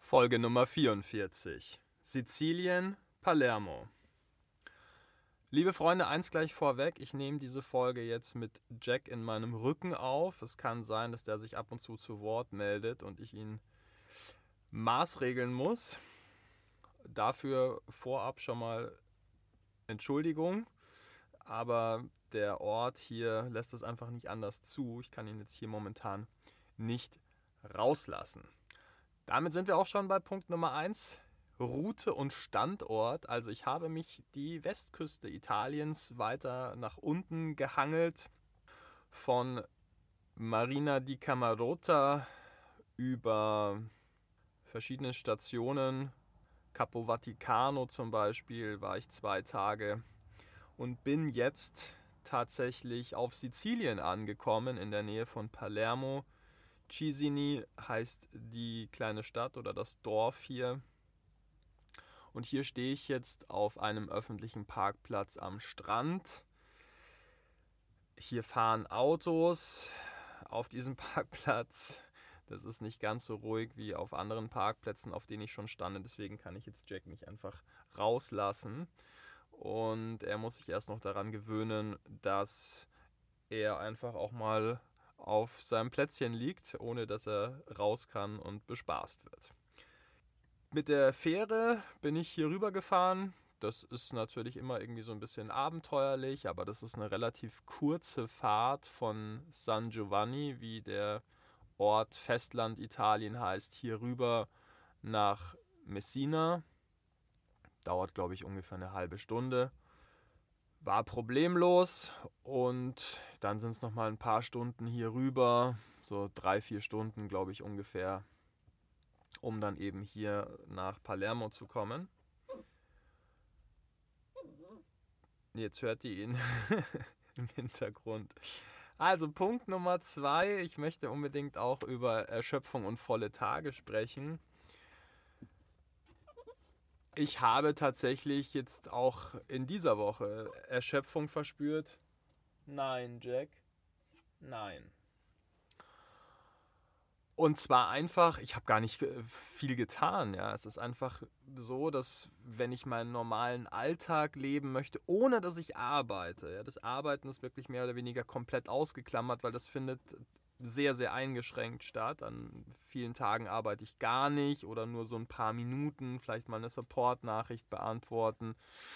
Folge Nummer 44. Sizilien, Palermo. Liebe Freunde, eins gleich vorweg, ich nehme diese Folge jetzt mit Jack in meinem Rücken auf. Es kann sein, dass der sich ab und zu Wort meldet und ich ihn maßregeln muss. Dafür vorab schon mal Entschuldigung, aber der Ort hier lässt es einfach nicht anders zu. Ich kann ihn jetzt hier momentan nicht rauslassen. Damit sind wir auch schon bei Punkt Nummer 1, Route und Standort. Also ich habe mich die Westküste Italiens weiter nach unten gehangelt, von Marina di Camerota über verschiedene Stationen, Capo Vaticano zum Beispiel, war ich 2 Tage und bin jetzt tatsächlich auf Sizilien angekommen, in der Nähe von Palermo. Cisini heißt die kleine Stadt oder das Dorf hier. Und hier stehe ich jetzt auf einem öffentlichen Parkplatz am Strand. Hier fahren Autos auf diesem Parkplatz. Das ist nicht ganz so ruhig wie auf anderen Parkplätzen, auf denen ich schon stand. Deswegen kann ich jetzt Jack nicht einfach rauslassen. Und er muss sich erst noch daran gewöhnen, dass er einfach auch mal auf seinem Plätzchen liegt, ohne dass er raus kann und bespaßt wird. Mit der Fähre bin ich hier rüber gefahren. Das ist natürlich immer irgendwie so ein bisschen abenteuerlich, aber das ist eine relativ kurze Fahrt von San Giovanni, wie der Ort Festland Italien heißt, hier rüber nach Messina. Dauert, glaube ich, ungefähr eine halbe Stunde. War problemlos und dann sind es nochmal ein paar Stunden hier rüber, so 3-4 Stunden, glaube ich, ungefähr, um dann eben hier nach Palermo zu kommen. Jetzt hört ihr ihn im Hintergrund. Also Punkt Nummer 2, ich möchte unbedingt auch über Erschöpfung und volle Tage sprechen. Ich habe tatsächlich jetzt auch in dieser Woche Erschöpfung verspürt. Nein, Jack. Nein. Und zwar einfach, ich habe gar nicht viel getan. Ja. Es ist einfach so, dass wenn ich meinen normalen Alltag leben möchte, ohne dass ich arbeite, ja, das Arbeiten ist wirklich mehr oder weniger komplett ausgeklammert, weil das findet sehr, sehr eingeschränkt statt. An vielen Tagen arbeite ich gar nicht oder nur so ein paar Minuten, vielleicht mal eine Support-Nachricht beantworten.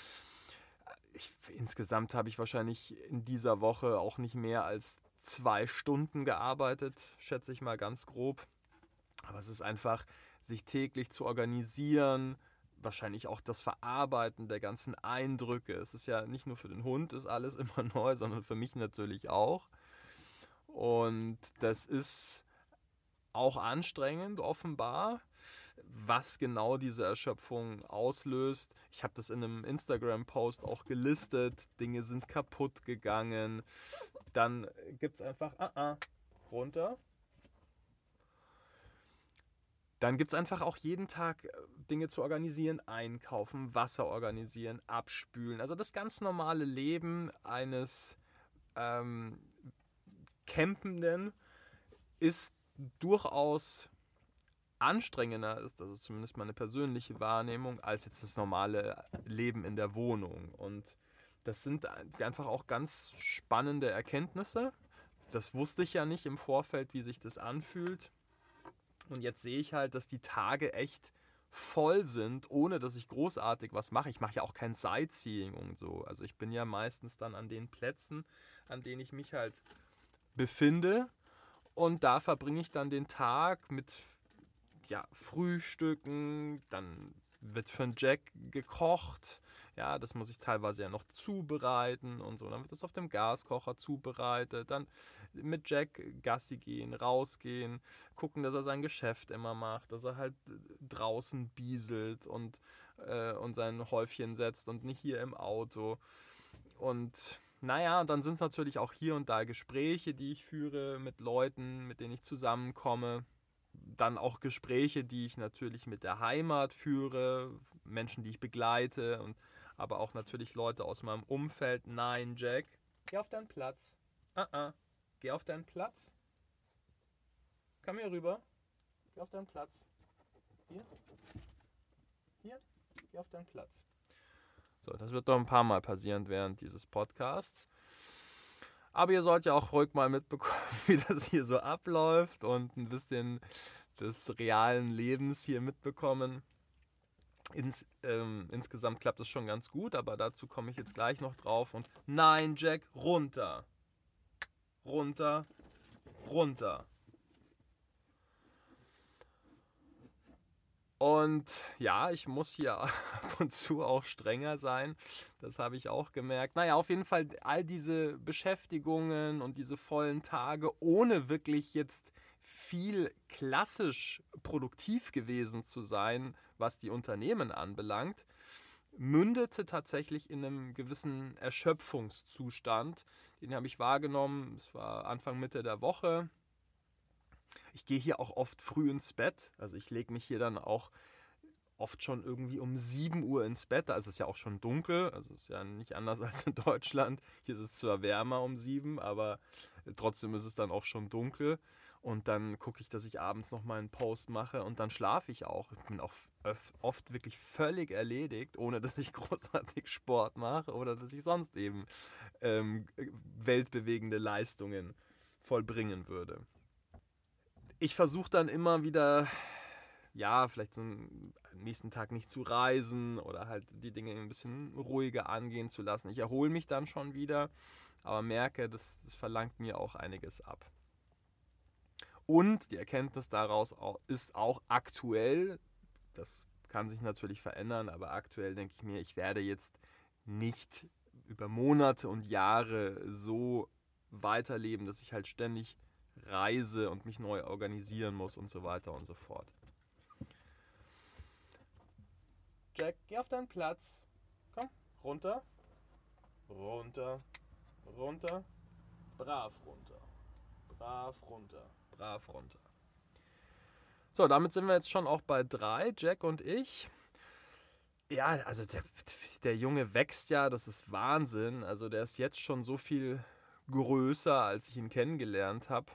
Insgesamt habe ich wahrscheinlich in dieser Woche auch nicht mehr als 2 Stunden gearbeitet, schätze ich mal ganz grob. Aber es ist einfach, sich täglich zu organisieren, wahrscheinlich auch das Verarbeiten der ganzen Eindrücke. Es ist ja nicht nur für den Hund ist alles immer neu, sondern für mich natürlich auch. Und das ist auch anstrengend, offenbar. Was genau diese Erschöpfung auslöst. Ich habe das in einem Instagram-Post auch gelistet. Dinge sind kaputt gegangen. Dann gibt es einfach runter. Dann gibt es einfach auch jeden Tag Dinge zu organisieren, einkaufen, Wasser organisieren, abspülen. Also das ganz normale Leben eines Campenden ist durchaus anstrengender ist, das ist zumindest meine persönliche Wahrnehmung, als jetzt das normale Leben in der Wohnung. Und das sind einfach auch ganz spannende Erkenntnisse. Das wusste ich ja nicht im Vorfeld, wie sich das anfühlt. Und jetzt sehe ich halt, dass die Tage echt voll sind, ohne dass ich großartig was mache. Ich mache ja auch kein Sightseeing und so. Also ich bin ja meistens dann an den Plätzen, an denen ich mich halt befinde. Und da verbringe ich dann den Tag mit Frühstücken, dann wird für einen Jack gekocht, ja, das muss ich teilweise ja noch zubereiten und so, dann wird das auf dem Gaskocher zubereitet, dann mit Jack Gassi gehen, rausgehen, gucken, dass er sein Geschäft immer macht, dass er halt draußen bieselt und sein Häufchen setzt und nicht hier im Auto. Und naja, dann sind es natürlich auch hier und da Gespräche, die ich führe mit Leuten, mit denen ich zusammenkomme. Dann auch Gespräche, die ich natürlich mit der Heimat führe, Menschen, die ich begleite, aber auch natürlich Leute aus meinem Umfeld. Nein, Jack, geh auf deinen Platz. Geh auf deinen Platz. Komm hier rüber. Geh auf deinen Platz. Hier. geh auf deinen Platz. So, das wird doch ein paar Mal passieren während dieses Podcasts. Aber ihr sollt ja auch ruhig mal mitbekommen, wie das hier so abläuft und ein bisschen des realen Lebens hier mitbekommen. Insgesamt klappt es schon ganz gut, aber dazu komme ich jetzt gleich noch drauf. Und nein, Jack, runter. Runter, runter. Und ja, ich muss hier ab und zu auch strenger sein. Das habe ich auch gemerkt. Naja, auf jeden Fall all diese Beschäftigungen und diese vollen Tage, ohne wirklich jetzt viel klassisch produktiv gewesen zu sein, was die Unternehmen anbelangt, mündete tatsächlich in einem gewissen Erschöpfungszustand. Den habe ich wahrgenommen. Es war Anfang Mitte der Woche. Ich gehe hier auch oft früh ins Bett. Also ich lege mich hier dann auch oft schon irgendwie um 7 Uhr ins Bett. Also es ist ja auch schon dunkel. Also es ist ja nicht anders als in Deutschland. Hier ist es zwar wärmer um 7, aber trotzdem ist es dann auch schon dunkel. Und dann gucke ich, dass ich abends noch mal einen Post mache und dann schlafe ich auch. Ich bin auch oft wirklich völlig erledigt, ohne dass ich großartig Sport mache oder dass ich sonst eben weltbewegende Leistungen vollbringen würde. Ich versuche dann immer wieder, ja, vielleicht so am nächsten Tag nicht zu reisen oder halt die Dinge ein bisschen ruhiger angehen zu lassen. Ich erhole mich dann schon wieder, aber merke, das verlangt mir auch einiges ab. Und die Erkenntnis daraus ist auch aktuell, das kann sich natürlich verändern, aber aktuell denke ich mir, ich werde jetzt nicht über Monate und Jahre so weiterleben, dass ich halt ständig reise und mich neu organisieren muss und so weiter und so fort. Jack, geh auf deinen Platz. Komm, runter. Runter. Runter. Brav runter. Brav runter. Brav runter. So, damit sind wir jetzt schon auch bei 3, Jack und ich. Ja, also der Junge wächst ja, das ist Wahnsinn. Also der ist jetzt schon so viel größer, als ich ihn kennengelernt habe.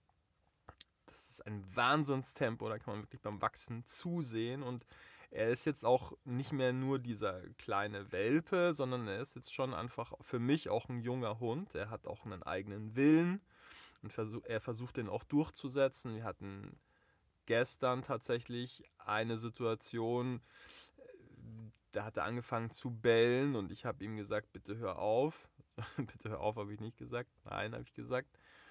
Das ist ein Wahnsinnstempo, da kann man wirklich beim Wachsen zusehen. Und er ist jetzt auch nicht mehr nur dieser kleine Welpe, sondern er ist jetzt schon einfach für mich auch ein junger Hund. Er hat auch einen eigenen Willen und er versucht den auch durchzusetzen. Wir hatten gestern tatsächlich eine Situation, da hat er angefangen zu bellen und ich habe ihm gesagt, bitte hör auf. Bitte hör auf, habe ich nicht gesagt. Nein, habe ich gesagt.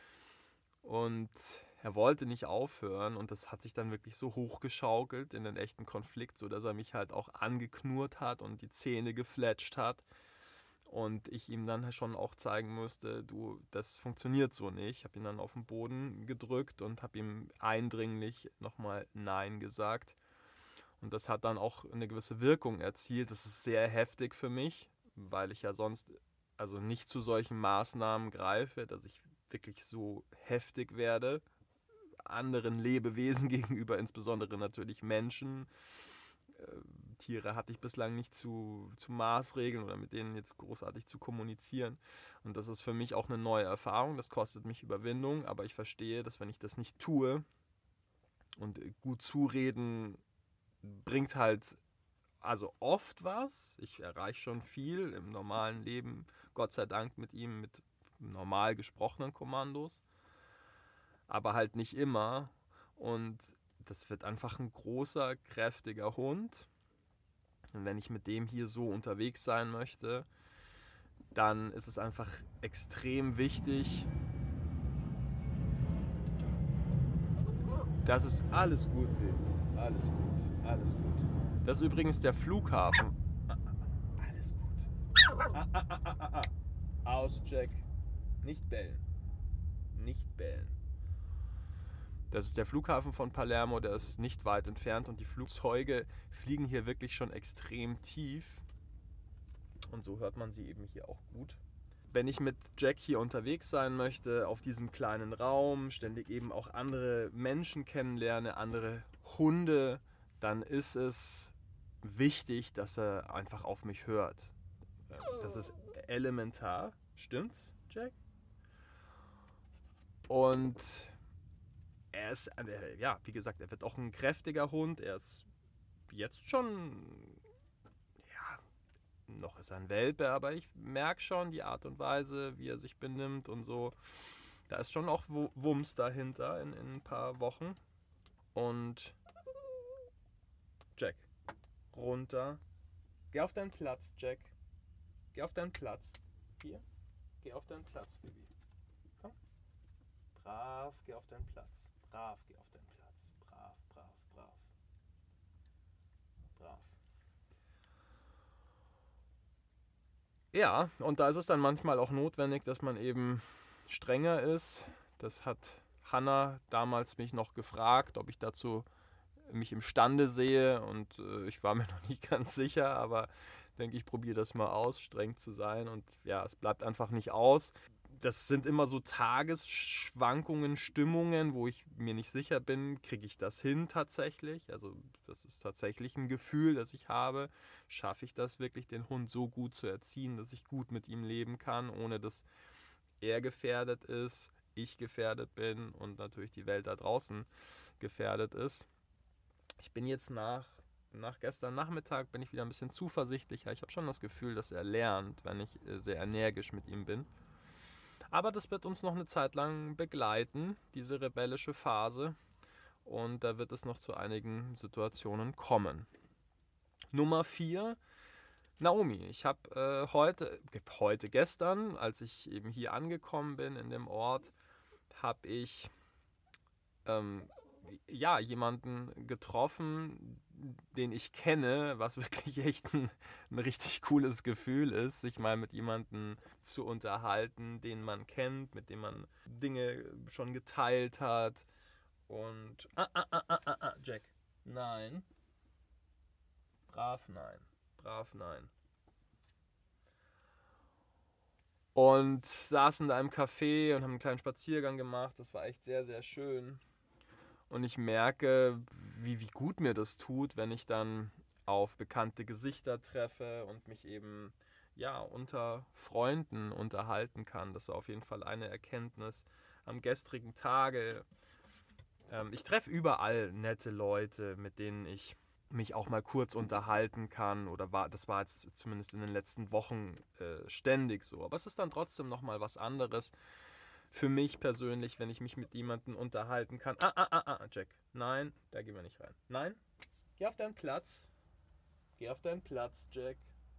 Und er wollte nicht aufhören und das hat sich dann wirklich so hochgeschaukelt in den echten Konflikt, sodass er mich halt auch angeknurrt hat und die Zähne gefletscht hat. Und ich ihm dann schon auch zeigen musste, du, das funktioniert so nicht. Ich habe ihn dann auf den Boden gedrückt und habe ihm eindringlich nochmal Nein gesagt. Und das hat dann auch eine gewisse Wirkung erzielt. Das ist sehr heftig für mich, weil ich ja sonst also nicht zu solchen Maßnahmen greife, dass ich wirklich so heftig werde, anderen Lebewesen gegenüber, insbesondere natürlich Menschen. Tiere hatte ich bislang nicht zu Maßregeln oder mit denen jetzt großartig zu kommunizieren. Und das ist für mich auch eine neue Erfahrung, das kostet mich Überwindung, aber ich verstehe, dass wenn ich das nicht tue und gut zureden bringt halt also oft was. Ich erreiche schon viel im normalen Leben, Gott sei Dank mit ihm, mit normal gesprochenen Kommandos, aber halt nicht immer. Und das wird einfach ein großer, kräftiger Hund. Und wenn ich mit dem hier so unterwegs sein möchte, dann ist es einfach extrem wichtig. Das ist alles gut, Baby. Alles gut, alles gut. Das ist übrigens der Flughafen. Alles gut. Aus, Jack. Nicht bellen. Nicht bellen. Das ist der Flughafen von Palermo, der ist nicht weit entfernt und die Flugzeuge fliegen hier wirklich schon extrem tief. Und so hört man sie eben hier auch gut. Wenn ich mit Jack hier unterwegs sein möchte, auf diesem kleinen Raum, ständig eben auch andere Menschen kennenlerne, andere Hunde, dann ist es wichtig, dass er einfach auf mich hört. Das ist elementar. Stimmt's, Jack? Und er ist, ja, wie gesagt, er wird auch ein kräftiger Hund. Er ist jetzt schon noch ist er ein Welpe, aber ich merke schon die Art und Weise, wie er sich benimmt und so. Da ist schon auch Wumms dahinter in ein paar Wochen. Und Jack, runter. Geh auf deinen Platz, Jack. Geh auf deinen Platz. Hier. Geh auf deinen Platz, Baby. Komm. Brav, geh auf deinen Platz. Brav, geh auf deinen Platz. Brav, brav, brav. Brav. Ja, und da ist es dann manchmal auch notwendig, dass man eben strenger ist. Das hat Hannah damals mich noch gefragt, ob ich dazu mich imstande sehe, und ich war mir noch nicht ganz sicher, aber denke, ich probiere das mal aus, streng zu sein, und ja, es bleibt einfach nicht aus. Das sind immer so Tagesschwankungen, Stimmungen, wo ich mir nicht sicher bin, kriege ich das hin tatsächlich? Also das ist tatsächlich ein Gefühl, das ich habe. Schaffe ich das wirklich, den Hund so gut zu erziehen, dass ich gut mit ihm leben kann, ohne dass er gefährdet ist, ich gefährdet bin und natürlich die Welt da draußen gefährdet ist. Ich bin jetzt nach gestern Nachmittag bin ich wieder ein bisschen zuversichtlicher. Ich habe schon das Gefühl, dass er lernt, wenn ich sehr energisch mit ihm bin. Aber das wird uns noch eine Zeit lang begleiten, diese rebellische Phase. Und da wird es noch zu einigen Situationen kommen. Nummer 4, Naomi. Ich habe gestern, als ich eben hier angekommen bin in dem Ort, habe ich jemanden getroffen, den ich kenne, was wirklich echt ein richtig cooles Gefühl ist, sich mal mit jemandem zu unterhalten, den man kennt, mit dem man Dinge schon geteilt hat. Und Jack, nein. Brav nein. Und saßen da im Café und haben einen kleinen Spaziergang gemacht. Das war echt sehr, sehr schön. Und ich merke, wie gut mir das tut, wenn ich dann auf bekannte Gesichter treffe und mich eben unter Freunden unterhalten kann. Das war auf jeden Fall eine Erkenntnis am gestrigen Tage. Ich treffe überall nette Leute, mit denen ich mich auch mal kurz unterhalten kann, das war jetzt zumindest in den letzten Wochen ständig so. Aber es ist dann trotzdem nochmal was anderes für mich persönlich, wenn ich mich mit jemandem unterhalten kann. Jack, nein, da gehen wir nicht rein. Nein, geh auf deinen Platz. Geh auf deinen Platz, Jack.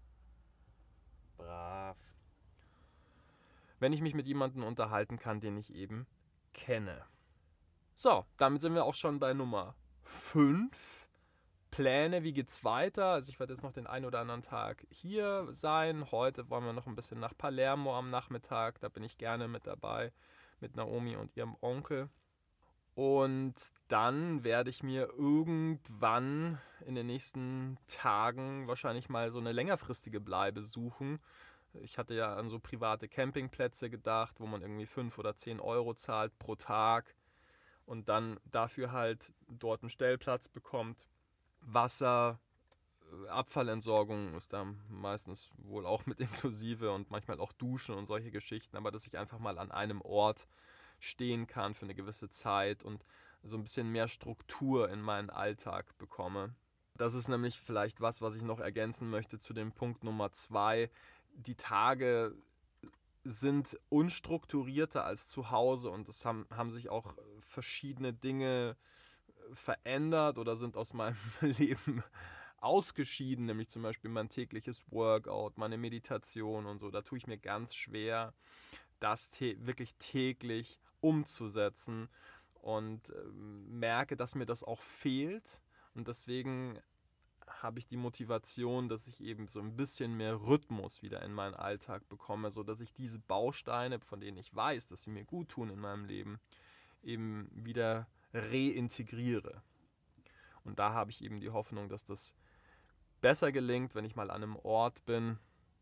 Brav. Wenn ich mich mit jemandem unterhalten kann, den ich eben kenne. So, damit sind wir auch schon bei Nummer 5. Pläne, wie geht's weiter? Also ich werde jetzt noch den einen oder anderen Tag hier sein. Heute wollen wir noch ein bisschen nach Palermo am Nachmittag. Da bin ich gerne mit dabei, mit Naomi und ihrem Onkel. Und dann werde ich mir irgendwann in den nächsten Tagen wahrscheinlich mal so eine längerfristige Bleibe suchen. Ich hatte ja an so private Campingplätze gedacht, wo man irgendwie 5 oder 10 Euro zahlt pro Tag und dann dafür halt dort einen Stellplatz bekommt. Wasser, Abfallentsorgung ist da meistens wohl auch mit inklusive und manchmal auch Duschen und solche Geschichten, aber dass ich einfach mal an einem Ort stehen kann für eine gewisse Zeit und so ein bisschen mehr Struktur in meinen Alltag bekomme. Das ist nämlich vielleicht was ich noch ergänzen möchte zu dem Punkt Nummer 2. Die Tage sind unstrukturierter als zu Hause und es haben sich auch verschiedene Dinge verändert oder sind aus meinem Leben ausgeschieden, nämlich zum Beispiel mein tägliches Workout, meine Meditation und so. Da tue ich mir ganz schwer, das wirklich täglich umzusetzen und merke, dass mir das auch fehlt, und deswegen habe ich die Motivation, dass ich eben so ein bisschen mehr Rhythmus wieder in meinen Alltag bekomme, sodass ich diese Bausteine, von denen ich weiß, dass sie mir gut tun in meinem Leben, eben wieder reintegriere. Und da habe ich eben die Hoffnung, dass das besser gelingt, wenn ich mal an einem Ort bin,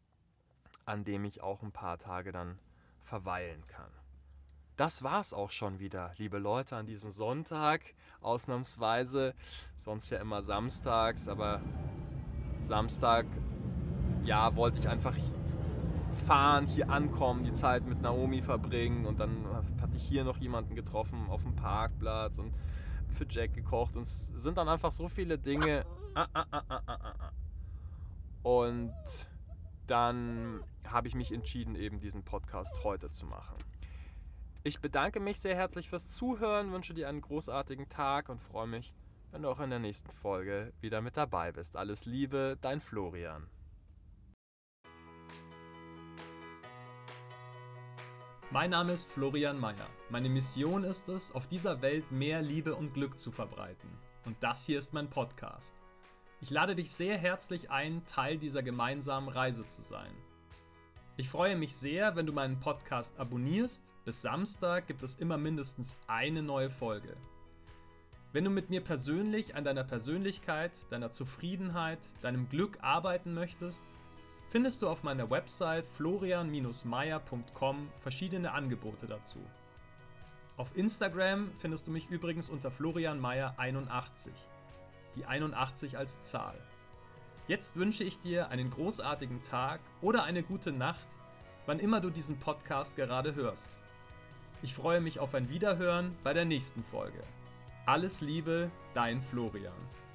an dem ich auch ein paar Tage dann verweilen kann. Das war's auch schon wieder, liebe Leute, an diesem Sonntag. Ausnahmsweise, sonst ja immer samstags, aber Samstag, wollte ich einfach fahren, hier ankommen, die Zeit mit Naomi verbringen, und dann hatte ich hier noch jemanden getroffen auf dem Parkplatz und für Jack gekocht, und es sind dann einfach so viele Dinge. Und dann habe ich mich entschieden, eben diesen Podcast heute zu machen. Ich bedanke mich sehr herzlich fürs Zuhören, wünsche dir einen großartigen Tag und freue mich, wenn du auch in der nächsten Folge wieder mit dabei bist. Alles Liebe, dein Florian. Mein Name ist Florian Meyer. Meine Mission ist es, auf dieser Welt mehr Liebe und Glück zu verbreiten. Und das hier ist mein Podcast. Ich lade dich sehr herzlich ein, Teil dieser gemeinsamen Reise zu sein. Ich freue mich sehr, wenn du meinen Podcast abonnierst. Bis Samstag gibt es immer mindestens eine neue Folge. Wenn du mit mir persönlich an deiner Persönlichkeit, deiner Zufriedenheit, deinem Glück arbeiten möchtest, findest du auf meiner Website florian-meyer.com verschiedene Angebote dazu. Auf Instagram findest du mich übrigens unter florianmeyer81, die 81 als Zahl. Jetzt wünsche ich dir einen großartigen Tag oder eine gute Nacht, wann immer du diesen Podcast gerade hörst. Ich freue mich auf ein Wiederhören bei der nächsten Folge. Alles Liebe, dein Florian.